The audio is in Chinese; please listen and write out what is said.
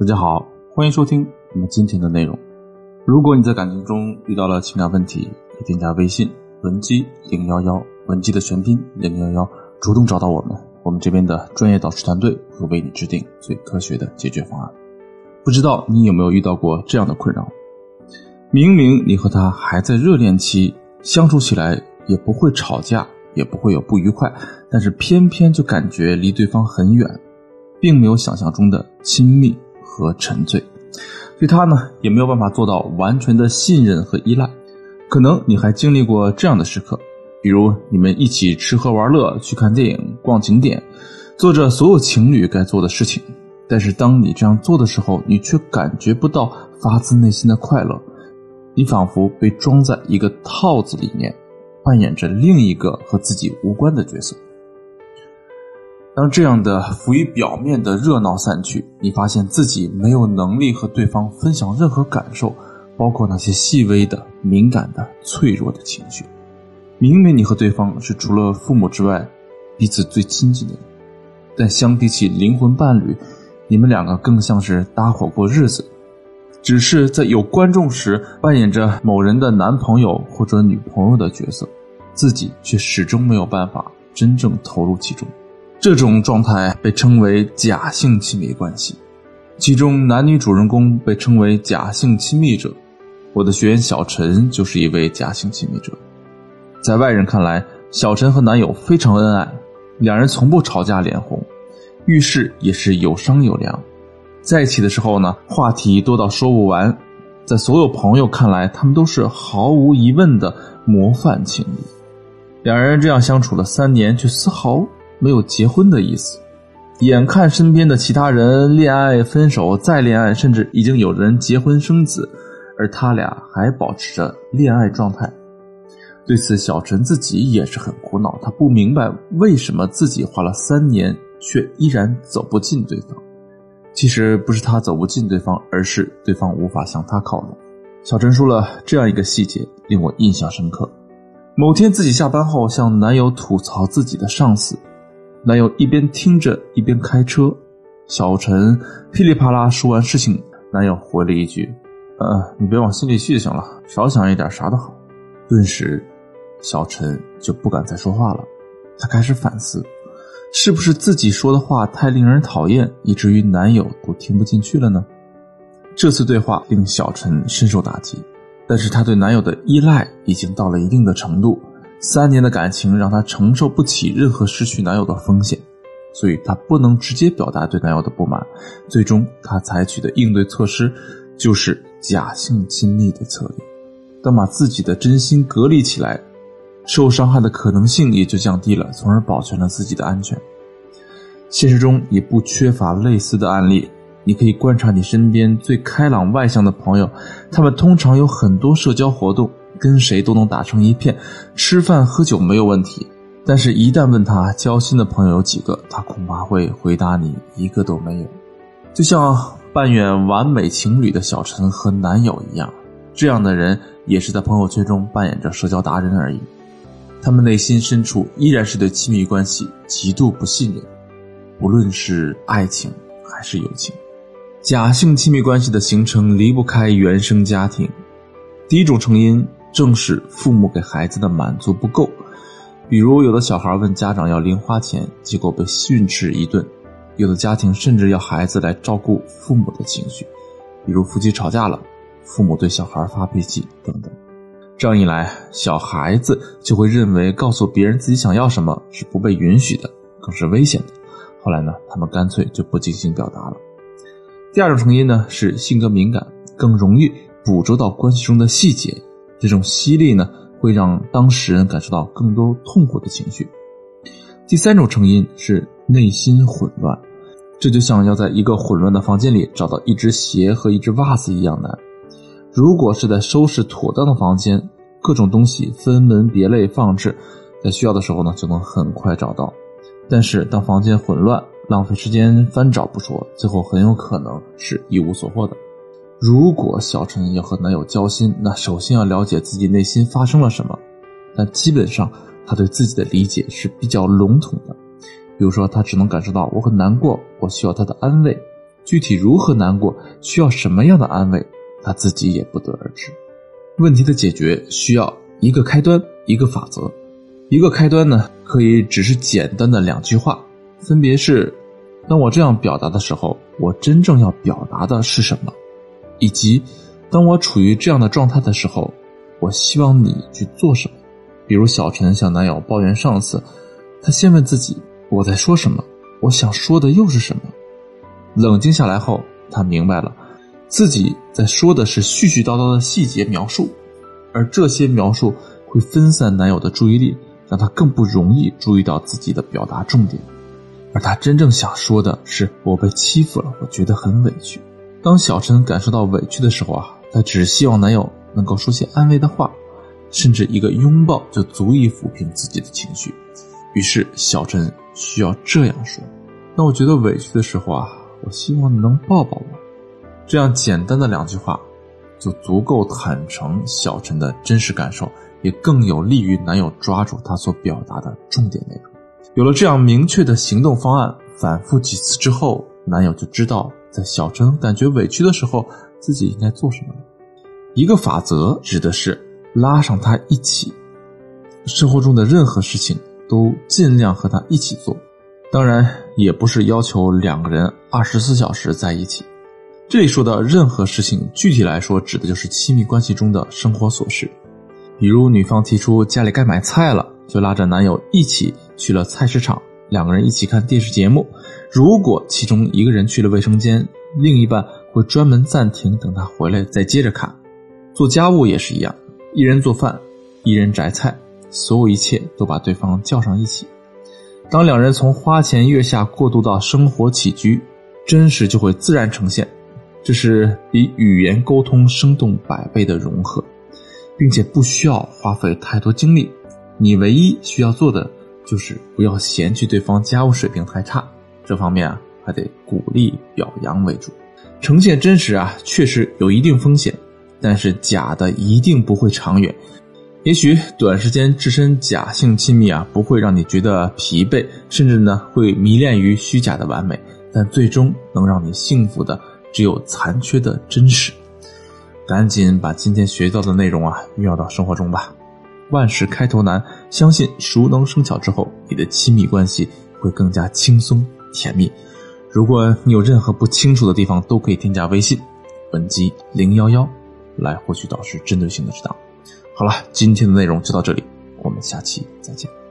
大家好，欢迎收听我们今天的内容。如果你在感情中遇到了情感问题，可以添加微信文姬011，文姬的全拼011，主动找到我们这边的专业导师团队会为你制定最科学的解决方案。不知道你有没有遇到过这样的困扰，明明你和他还在热恋期，相处起来也不会吵架，也不会有不愉快，但是偏偏就感觉离对方很远，并没有想象中的亲密和沉醉，对他呢也没有办法做到完全的信任和依赖。可能你还经历过这样的时刻，比如你们一起吃喝玩乐，去看电影，逛景点，做着所有情侣该做的事情，但是当你这样做的时候，你却感觉不到发自内心的快乐，你仿佛被装在一个套子里面，扮演着另一个和自己无关的角色。当这样的浮于表面的热闹散去，你发现自己没有能力和对方分享任何感受，包括那些细微的、敏感的、脆弱的情绪。明明你和对方是除了父母之外彼此最亲近的人，但相比起灵魂伴侣，你们两个更像是搭伙过日子，只是在有观众时扮演着某人的男朋友或者女朋友的角色，自己却始终没有办法真正投入其中。这种状态被称为假性亲密关系，其中男女主人公被称为假性亲密者。我的学员小陈就是一位假性亲密者。在外人看来，小陈和男友非常恩爱，两人从不吵架脸红，遇事也是有商有量。在一起的时候呢，话题多到说不完，在所有朋友看来，他们都是毫无疑问的模范情侣。两人这样相处了3年，却丝毫没有结婚的意思。眼看身边的其他人恋爱分手再恋爱，甚至已经有人结婚生子，而他俩还保持着恋爱状态。对此小陈自己也是很苦恼，他不明白为什么自己花了3年却依然走不进对方。其实不是他走不进对方，而是对方无法向他靠拢。小陈说了这样一个细节令我印象深刻。某天自己下班后向男友吐槽自己的上司，男友一边听着一边开车，小陈噼里啪啦说完事情，男友回了一句你别往心里去就行了，少想一点啥都好。顿时小陈就不敢再说话了，他开始反思，是不是自己说的话太令人讨厌，以至于男友都听不进去了呢？这次对话令小陈深受打击，但是他对男友的依赖已经到了一定的程度，3年的感情让他承受不起任何失去男友的风险，所以他不能直接表达对男友的不满。最终他采取的应对措施就是假性亲密的策略。当把自己的真心隔离起来，受伤害的可能性也就降低了，从而保全了自己的安全。现实中也不缺乏类似的案例，你可以观察你身边最开朗外向的朋友，他们通常有很多社交活动，跟谁都能打成一片，吃饭喝酒没有问题，但是一旦问他交心的朋友有几个，他恐怕会回答你一个都没有。就像扮演完美情侣的小陈和男友一样，这样的人也是在朋友圈中扮演着社交达人而已，他们内心深处依然是对亲密关系极度不信任，不论是爱情还是友情。假性亲密关系的形成离不开原生家庭。第一种成因正是父母给孩子的满足不够，比如有的小孩问家长要零花钱，结果被训斥一顿；有的家庭甚至要孩子来照顾父母的情绪，比如夫妻吵架了，父母对小孩发脾气等等。这样一来，小孩子就会认为告诉别人自己想要什么是不被允许的，更是危险的。后来呢，他们干脆就不进行表达了。第二种成因呢，是性格敏感，更容易捕捉到关系中的细节，这种犀利呢，会让当事人感受到更多痛苦的情绪。第三种成因是内心混乱，这就像要在一个混乱的房间里找到一只鞋和一只袜子一样难。如果是在收拾妥当的房间，各种东西分门别类放置，在需要的时候呢，就能很快找到。但是当房间混乱，浪费时间翻找不说，最后很有可能是一无所获的。如果小陈要和男友交心，那首先要了解自己内心发生了什么，但基本上他对自己的理解是比较笼统的。比如说他只能感受到我很难过，我需要他的安慰， 具体如何难过，需要什么样的安慰，他自己也不得而知。问题的解决需要一个开端，一个法则。一个开端呢，可以只是简单的2句话，分别是：当我这样表达的时候，我真正要表达的是什么？以及当我处于这样的状态的时候，我希望你去做什么？比如小陈向男友抱怨上司，他先问自己，我在说什么？我想说的又是什么？冷静下来后，他明白了，自己在说的是絮絮叨叨的细节描述，而这些描述会分散男友的注意力，让他更不容易注意到自己的表达重点。而他真正想说的是，我被欺负了，我觉得很委屈。当小陈感受到委屈的时候他只希望男友能够说些安慰的话，甚至一个拥抱就足以抚平自己的情绪。于是小陈需要这样说：当我觉得委屈的时候我希望你能抱抱我。这样简单的2句话就足够坦诚小陈的真实感受，也更有利于男友抓住他所表达的重点内容。有了这样明确的行动方案，反复几次之后，男友就知道在小陈感觉委屈的时候，自己应该做什么了。一个法则指的是拉上他一起，生活中的任何事情都尽量和他一起做，当然也不是要求2个人24小时在一起。这里说的任何事情，具体来说指的就是亲密关系中的生活琐事。比如女方提出家里该买菜了，就拉着男友一起去了菜市场，2个人一起看电视节目。如果其中一个人去了卫生间，另一半会专门暂停，等他回来再接着看。做家务也是一样，一人做饭，一人摘菜，所有一切都把对方叫上一起。当2人从花前月下过渡到生活起居，真实就会自然呈现。这是比语言沟通生动100倍的融合，并且不需要花费太多精力。你唯一需要做的就是不要嫌弃对方家务水平太差，这方面还得鼓励表扬为主。呈现真实确实有一定风险，但是假的一定不会长远。也许短时间置身假性亲密不会让你觉得疲惫，甚至呢会迷恋于虚假的完美，但最终能让你幸福的只有残缺的真实。赶紧把今天学到的内容运用到生活中吧。万事开头难，相信熟能生巧之后，你的亲密关系会更加轻松甜蜜。如果你有任何不清楚的地方，都可以添加微信文姬011来获取导师针对性的指导。好了，今天的内容就到这里，我们下期再见。